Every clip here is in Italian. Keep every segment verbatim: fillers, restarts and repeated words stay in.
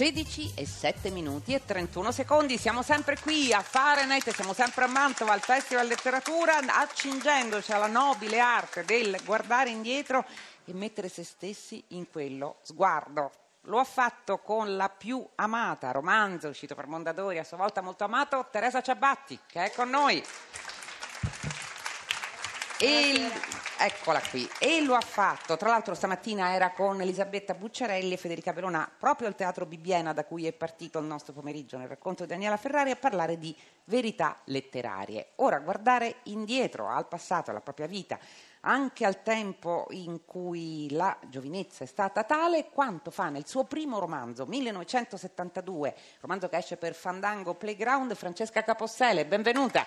sedici e sette minuti e trentuno secondi. Siamo sempre qui a Fahrenheit, siamo sempre a Mantova al Festival Letteratura, accingendoci alla nobile arte del guardare indietro e mettere se stessi in quello sguardo. Lo ha fatto con la più amata, romanzo uscito per Mondadori, a sua volta molto amato, Teresa Ciabatti, che è con noi. E il, eccola qui, e lo ha fatto, tra l'altro stamattina era con Elisabetta Bucciarelli e Federica Pelona proprio al Teatro Bibbiena, da cui è partito il nostro pomeriggio nel racconto di Daniela Ferrari, a parlare di verità letterarie. Ora, guardare indietro al passato, alla propria vita, anche al tempo in cui la giovinezza è stata tale, quanto fa nel suo primo romanzo, millenovecentosettantadue, romanzo che esce per Fandango Playground, Francesca Capossele. Benvenuta.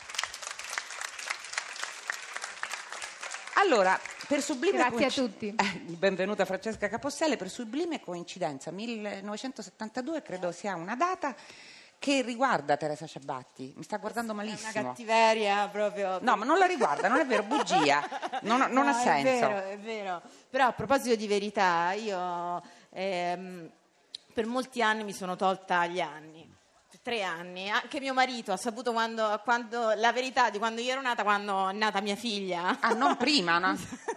Allora, per sublime Grazie coinc- a tutti. Eh, benvenuta Francesca Capossele. Per sublime coincidenza, millenovecentosettantadue credo sia una data che riguarda Teresa Ciabatti. Mi sta guardando malissimo. È una cattiveria proprio. No, ma non la riguarda, non è vero, bugia. Non, non No, ha senso. È vero, è vero. Però a proposito di verità, io ehm, per molti anni mi sono tolta gli anni. Tre anni, anche mio marito ha saputo quando, quando la verità di quando io ero nata, quando è nata mia figlia. Ah, non prima, no?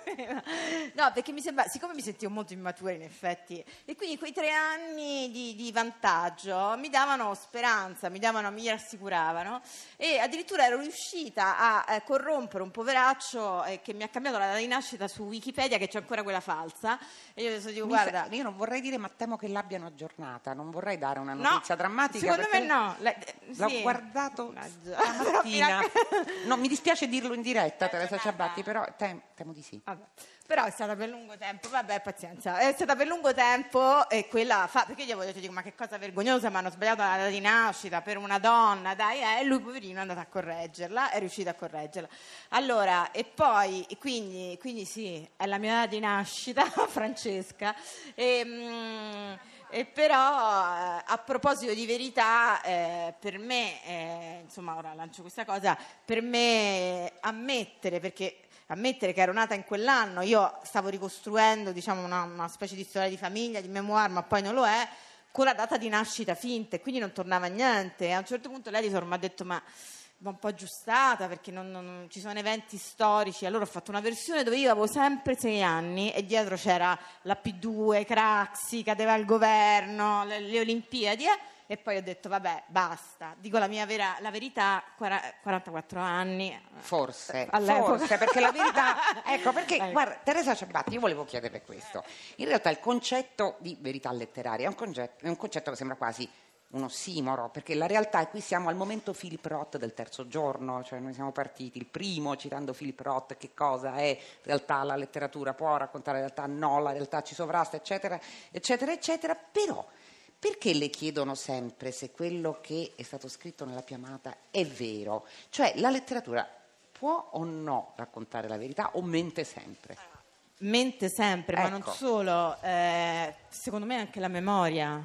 No, perché mi sembra, siccome mi sentivo molto immatura in effetti, e quindi quei tre anni di, di vantaggio mi davano speranza, mi davano, mi rassicuravano, e addirittura ero riuscita a eh, corrompere un poveraccio eh, che mi ha cambiato la data di nascita su Wikipedia, che c'è ancora quella falsa, e io adesso dico, Mi guarda, sa- io non vorrei dire, ma temo che l'abbiano aggiornata, non vorrei dare una no, notizia drammatica. secondo me perché no. La- L'ho sì. guardato Mannaggia. stamattina. No, mi dispiace dirlo in diretta, È Teresa giornata. Ciabatti, però tem- temo di sì. Vabbè. Però è stata per lungo tempo, vabbè, pazienza, è stata per lungo tempo e quella fa, perché io gli avevo detto, dico, ma che cosa vergognosa, mi hanno sbagliato la data di nascita per una donna, dai, eh, e lui poverino è andato a correggerla, è riuscito a correggerla. Allora, e poi, e quindi, quindi sì, è la mia data di nascita, Francesca, e, mm, e però eh, a proposito di verità, eh, per me, eh, insomma, ora lancio questa cosa, per me ammettere, perché ammettere che ero nata in quell'anno, io stavo ricostruendo, diciamo, una, una specie di storia di famiglia, di memoir, ma poi non lo è, con la data di nascita finta, e quindi non tornava niente. E a un certo punto l'editor mi ha detto, ma va un po' aggiustata perché non, non, non ci sono eventi storici. Allora ho fatto una versione dove io avevo sempre sei anni e dietro c'era la P due, Craxi, cadeva il governo, le, le Olimpiadi, eh? E poi ho detto, vabbè, basta, dico la mia vera, la verità, quarantaquattro anni. Forse, All'epoca. forse, perché la verità... Ecco, perché, Ecco. guarda, Teresa Ciabatti, io volevo chiederle questo. In realtà il concetto di verità letteraria è un concetto, è un concetto che sembra quasi un ossimoro, perché la realtà è qui siamo al momento Philip Roth del terzo giorno, cioè noi siamo partiti il primo citando Philip Roth, che cosa è in realtà la letteratura, può raccontare la realtà, no, la realtà ci sovrasta, eccetera, eccetera, eccetera, però... Perché le chiedono sempre se quello che è stato scritto nella più amata è vero? Cioè, la letteratura può o no raccontare la verità o mente sempre? Mente sempre, ma non Ecco. solo, eh, secondo me anche la memoria.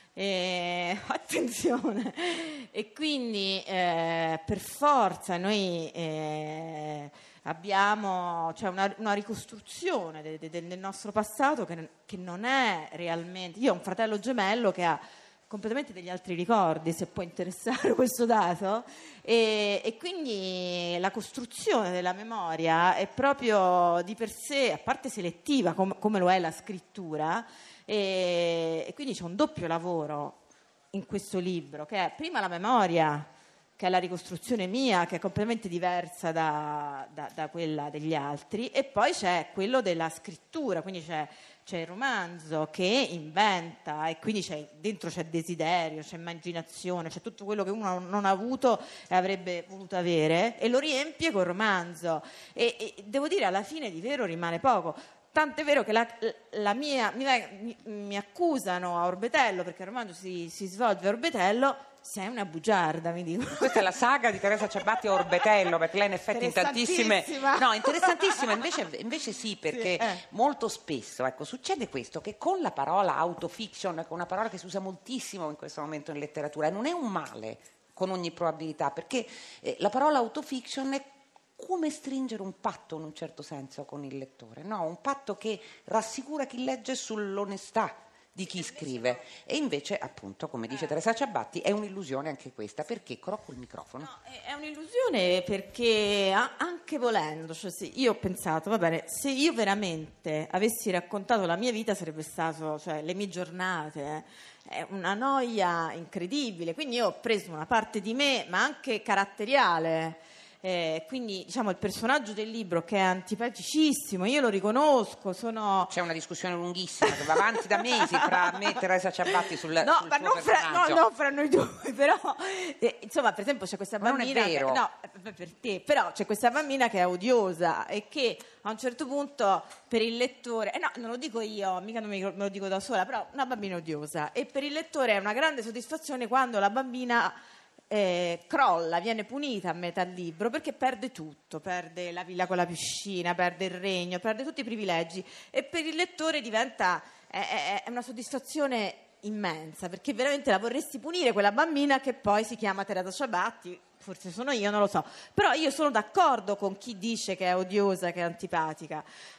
Eh, attenzione, e quindi eh, per forza noi eh, abbiamo, cioè, una, una ricostruzione de, de, del nostro passato che, che non è realmente. Io ho un fratello gemello che ha completamente degli altri ricordi, se può interessare questo dato, e, e quindi la costruzione della memoria è proprio di per sé, a parte selettiva com- come lo è la scrittura, e, e quindi c'è un doppio lavoro in questo libro, che è prima la memoria, che è la ricostruzione mia, che è completamente diversa da, da, da quella degli altri, e poi c'è quello della scrittura, quindi c'è, c'è il romanzo che inventa, e quindi c'è, dentro c'è desiderio, c'è immaginazione, c'è tutto quello che uno non ha avuto e avrebbe voluto avere, e lo riempie col romanzo, e, e devo dire alla fine di vero rimane poco. Tant'è vero che la, la mia, mi, mi accusano a Orbetello, perché il romanzo si, si svolge a Orbetello, sei una bugiarda, mi dicono. Questa è la saga di Teresa Ciabatti a Orbetello, perché lei in effetti in tantissime... Interessantissima. No, interessantissima, invece, invece sì, perché Sì, eh. molto spesso, ecco, succede questo, che con la parola autofiction, che è una parola che si usa moltissimo in questo momento in letteratura, e non è un male, con ogni probabilità, perché eh, la parola autofiction è come stringere un patto in un certo senso con il lettore, no? Un patto che rassicura chi legge sull'onestà di chi scrive. E invece, appunto, come dice Teresa Ciabatti, è un'illusione anche questa. Perché? Crocco il microfono. No, è un'illusione perché anche volendo, cioè sì, io ho pensato, va bene, se io veramente avessi raccontato la mia vita sarebbe stato, cioè le mie giornate, eh, è una noia incredibile, quindi io ho preso una parte di me, ma anche caratteriale. Eh, quindi diciamo il personaggio del libro, che è antipaticissimo, io lo riconosco, sono... C'è una discussione lunghissima che va avanti da mesi fra me e Teresa Ciabatti sul, no, sul ma suo non fra, no, personaggio. no, fra noi due, però eh, insomma, per esempio c'è questa Ma non bambina è vero. che, no, per te, però c'è questa bambina che è odiosa e che a un certo punto per il lettore, eh no, non lo dico io, mica non me lo dico da sola, però una bambina odiosa, e per il lettore è una grande soddisfazione quando la bambina Eh, crolla, viene punita a metà libro perché perde tutto, perde la villa con la piscina, perde il regno, perde tutti i privilegi, e per il lettore diventa è, è una soddisfazione immensa, perché veramente la vorresti punire quella bambina che poi si chiama Teresa Ciabatti, forse sono io, non lo so, però io sono d'accordo con chi dice che è odiosa, che è antipatica,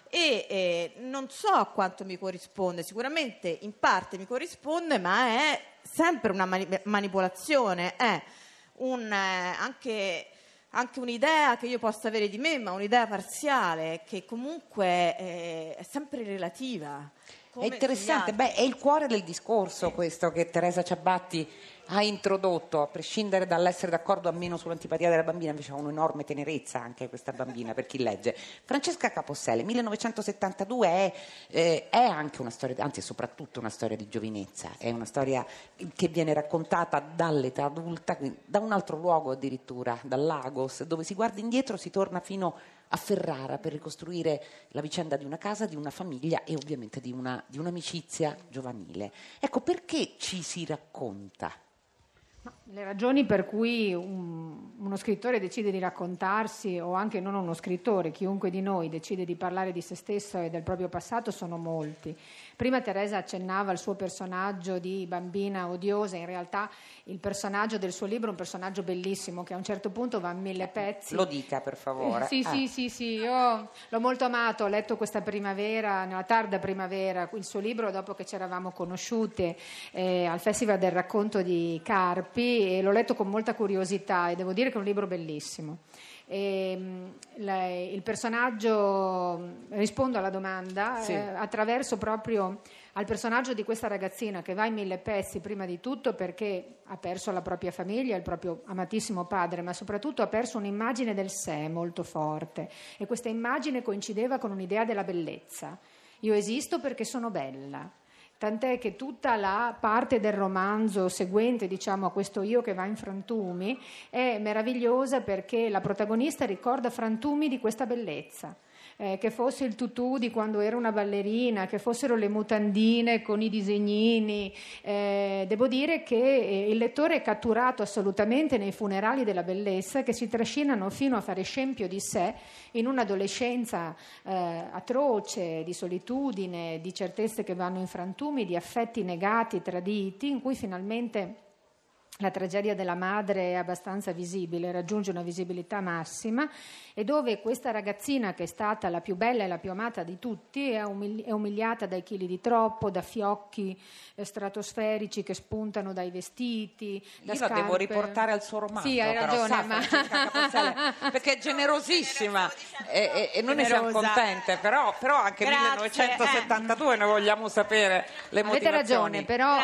e eh, non so a quanto mi corrisponde, sicuramente in parte mi corrisponde, ma è sempre una mani- manipolazione, è un, eh, anche, anche un'idea che io possa avere di me, ma un'idea parziale che comunque eh, è sempre relativa. È interessante, beh, è il cuore del discorso questo che Teresa Ciabatti ha introdotto, a prescindere dall'essere d'accordo o meno sull'antipatia della bambina, invece ha un'enorme tenerezza anche questa bambina per chi legge. Francesca Capossele, millenovecentosettantadue è, eh, è anche una storia, anzi è soprattutto una storia di giovinezza, è una storia che viene raccontata dall'età adulta, da un altro luogo addirittura, dal Lagos, dove si guarda indietro, si torna fino a Ferrara per ricostruire la vicenda di una casa, di una famiglia e ovviamente di, una, di un'amicizia giovanile. Ecco, perché ci si racconta? Le ragioni per cui un, uno scrittore decide di raccontarsi, o anche non uno scrittore, chiunque di noi decide di parlare di se stesso e del proprio passato, sono molti. Prima Teresa accennava al suo personaggio di bambina odiosa, in realtà il personaggio del suo libro è un personaggio bellissimo che a un certo punto va a mille pezzi. Lo dica per favore. Eh, sì, ah. sì, sì, sì, io l'ho molto amato, ho letto questa primavera, nella tarda primavera, il suo libro dopo che ci eravamo conosciute eh, al Festival del Racconto di Carpi, e l'ho letto con molta curiosità e devo dire che è un libro bellissimo. E, la, il personaggio, rispondo alla domanda, sì. eh, attraverso proprio al personaggio di questa ragazzina che va in mille pezzi, prima di tutto perché ha perso la propria famiglia, il proprio amatissimo padre, ma soprattutto ha perso un'immagine del sé molto forte, e questa immagine coincideva con un'idea della bellezza. Io esisto perché sono bella. Tant'è che tutta la parte del romanzo seguente, diciamo, a questo io che va in frantumi, è meravigliosa perché la protagonista ricorda frantumi di questa bellezza. Eh, che fosse il tutù di quando era una ballerina, che fossero le mutandine con i disegnini. Eh, devo dire che eh, il lettore è catturato assolutamente nei funerali della bellezza, che si trascinano fino a fare scempio di sé in un'adolescenza eh, atroce, di solitudine, di certezze che vanno in frantumi, di affetti negati, traditi, in cui finalmente la tragedia della madre è abbastanza visibile, raggiunge una visibilità massima, e dove questa ragazzina, che è stata la più bella e la più amata di tutti, è, umili- è umiliata dai chili di troppo, da fiocchi eh, stratosferici che spuntano dai vestiti, da Io scarpe. la devo riportare al suo romanzo. Sì, hai però, ragione, sa, ma... Francesca Capossele, perché è generosissima e, e, e noi ne siamo contente, però, però anche Grazie, millenovecentosettantadue eh. noi vogliamo sapere le Avete motivazioni. ragione, però...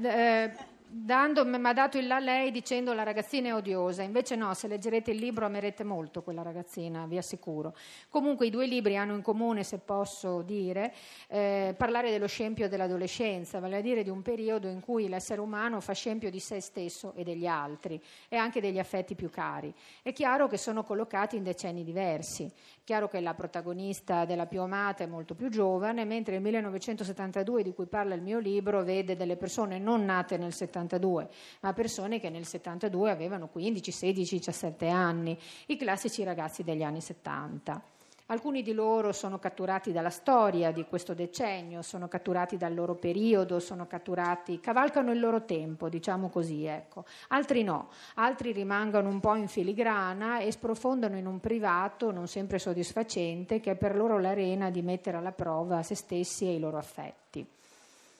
Eh, Dando, mi ha dato il là lei dicendo la ragazzina è odiosa, invece no, se leggerete il libro amerete molto quella ragazzina, vi assicuro. Comunque i due libri hanno in comune, se posso dire, eh, parlare dello scempio dell'adolescenza, vale a dire di un periodo in cui l'essere umano fa scempio di se stesso e degli altri e anche degli affetti più cari. È chiaro che sono collocati in decenni diversi, è chiaro che la protagonista della più amata è molto più giovane, mentre il millenovecentosettantadue di cui parla il mio libro vede delle persone non nate nel settantadue, ma persone che nel settantadue avevano quindici, sedici, diciassette anni, i classici ragazzi degli anni settanta. Alcuni di loro sono catturati dalla storia di questo decennio, sono catturati dal loro periodo, sono catturati, cavalcano il loro tempo, diciamo così, ecco. Altri no, altri rimangono un po' in filigrana e sprofondano in un privato non sempre soddisfacente, che è per loro l'arena di mettere alla prova se stessi e i loro affetti.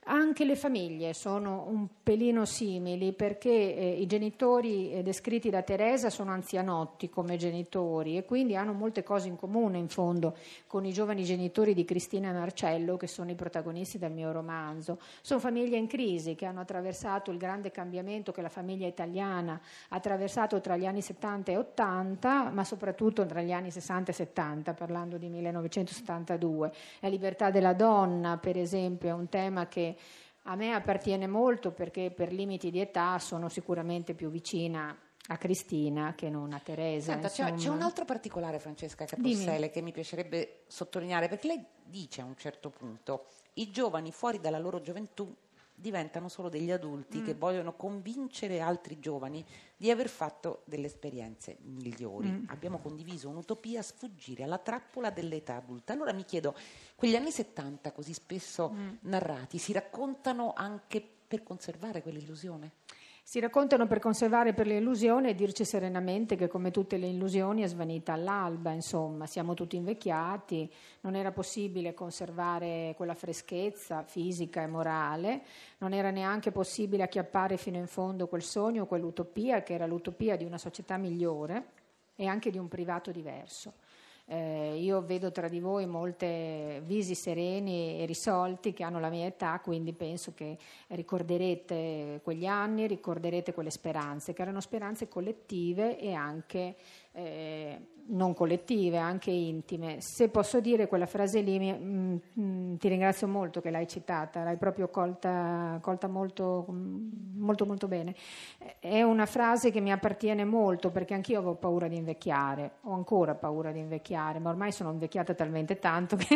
Anche le famiglie sono un pelino simili, perché eh, i genitori eh, descritti da Teresa sono anzianotti come genitori e quindi hanno molte cose in comune in fondo con i giovani genitori di Cristina e Marcello, che sono i protagonisti del mio romanzo. Sono famiglie in crisi che hanno attraversato il grande cambiamento che la famiglia italiana ha attraversato tra gli anni settanta e ottanta, ma soprattutto tra gli anni sessanta e settanta, parlando di millenovecentosettantadue. La libertà della donna, per esempio, è un tema che a me appartiene molto, perché per limiti di età sono sicuramente più vicina a Cristina che non a Teresa. Senta, c'è, c'è un altro particolare, Francesca Capossele, che mi piacerebbe sottolineare, perché lei dice a un certo punto: i giovani fuori dalla loro gioventù diventano solo degli adulti mm. che vogliono convincere altri giovani di aver fatto delle esperienze migliori. Mm. Abbiamo condiviso un'utopia, sfuggire alla trappola dell'età adulta. Allora mi chiedo, quegli anni settanta così spesso mm. narrati, si raccontano anche per conservare quell'illusione? Si raccontano per conservare per l'illusione e dirci serenamente che, come tutte le illusioni, è svanita all'alba. Insomma, siamo tutti invecchiati, non era possibile conservare quella freschezza fisica e morale, non era neanche possibile acchiappare fino in fondo quel sogno, quell'utopia che era l'utopia di una società migliore e anche di un privato diverso. Eh, io vedo tra di voi molte visi sereni e risolti che hanno la mia età, quindi penso che ricorderete quegli anni, ricorderete quelle speranze, che erano speranze collettive e anche eh, non collettive, anche intime. Se posso dire quella frase lì, mi, mh, mh, ti ringrazio molto che l'hai citata, l'hai proprio colta, colta molto, molto molto bene. È una frase che mi appartiene molto, perché anch'io avevo paura di invecchiare, ho ancora paura di invecchiare, ma ormai sono invecchiata talmente tanto che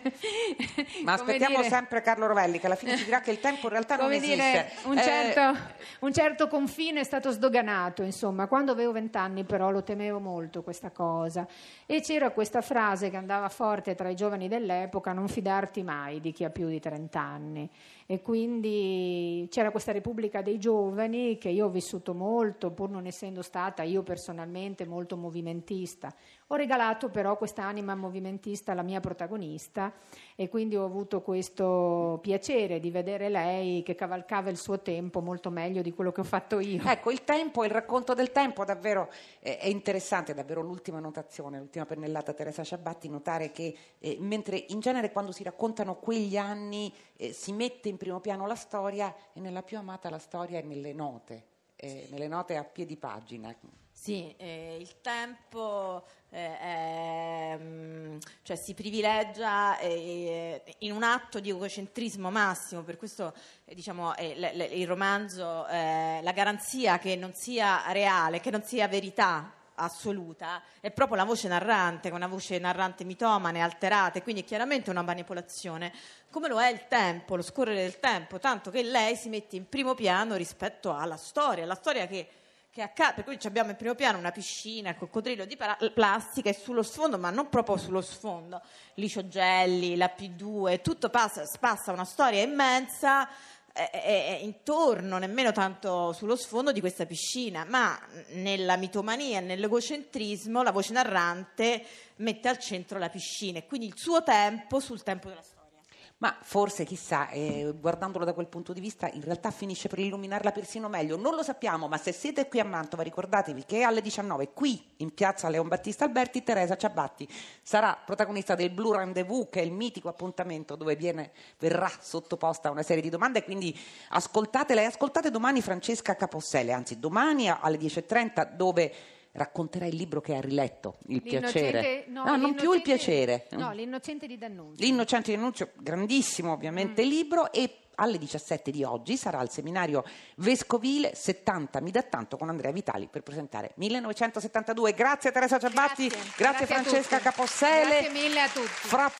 ma aspettiamo dire, sempre Carlo Rovelli, che alla fine ci dirà che il tempo in realtà non dire, esiste. Un, eh... certo, un certo confine è stato sdoganato, insomma. Quando avevo vent'anni però lo temevo molto questa cosa. Cosa. E c'era questa frase che andava forte tra i giovani dell'epoca: non fidarti mai di chi ha più di trent'anni. E quindi c'era questa Repubblica dei Giovani che io ho vissuto molto, pur non essendo stata io personalmente molto movimentista. Ho regalato però quest'anima movimentista alla mia protagonista e quindi ho avuto questo piacere di vedere lei che cavalcava il suo tempo molto meglio di quello che ho fatto io. Ecco, il tempo, il racconto del tempo davvero eh, è interessante, davvero l'ultima notazione, l'ultima pennellata Teresa Ciabatti, notare che eh, mentre in genere quando si raccontano quegli anni eh, si mette in primo piano la storia, e nella più amata la storia è nelle note, eh, nelle note a piedi pagina. Sì, eh, il tempo eh, è, cioè si privilegia eh, in un atto di egocentrismo massimo, per questo eh, diciamo eh, l- l- il romanzo, eh, la garanzia che non sia reale, che non sia verità assoluta, è proprio la voce narrante, con una voce narrante mitomane, alterata, e quindi è chiaramente una manipolazione, come lo è il tempo, lo scorrere del tempo, tanto che lei si mette in primo piano rispetto alla storia, la storia che che accade, per cui abbiamo in primo piano una piscina, il coccodrillo di pra- plastica e sullo sfondo, ma non proprio sullo sfondo, Licio Gelli, la P due, tutto passa, passa una storia immensa eh, eh, intorno, nemmeno tanto sullo sfondo di questa piscina, ma nella mitomania e nell'egocentrismo la voce narrante mette al centro la piscina e quindi il suo tempo sul tempo della storia. Ma forse, chissà, eh, guardandolo da quel punto di vista, in realtà finisce per illuminarla persino meglio. Non lo sappiamo, ma se siete qui a Mantova, ricordatevi che alle diciannove, qui in piazza Leon Battista Alberti, Teresa Ciabatti sarà protagonista del Blue Rendezvous, che è il mitico appuntamento dove viene, verrà sottoposta a una serie di domande. Quindi ascoltatela e ascoltate domani Francesca Capossele, anzi domani alle dieci e trenta, dove racconterà il libro che ha riletto, Il piacere. No, no non più Il piacere. No, L'innocente di D'Annunzio. L'innocente di D'Annunzio, grandissimo ovviamente mm. libro, e alle diciassette di oggi sarà al seminario vescovile settanta Mi dà tanto con Andrea Vitali per presentare millenovecentosettantadue. Grazie Teresa Ciabatti, grazie, grazie, grazie Francesca Capossele. Grazie mille a tutti. Fra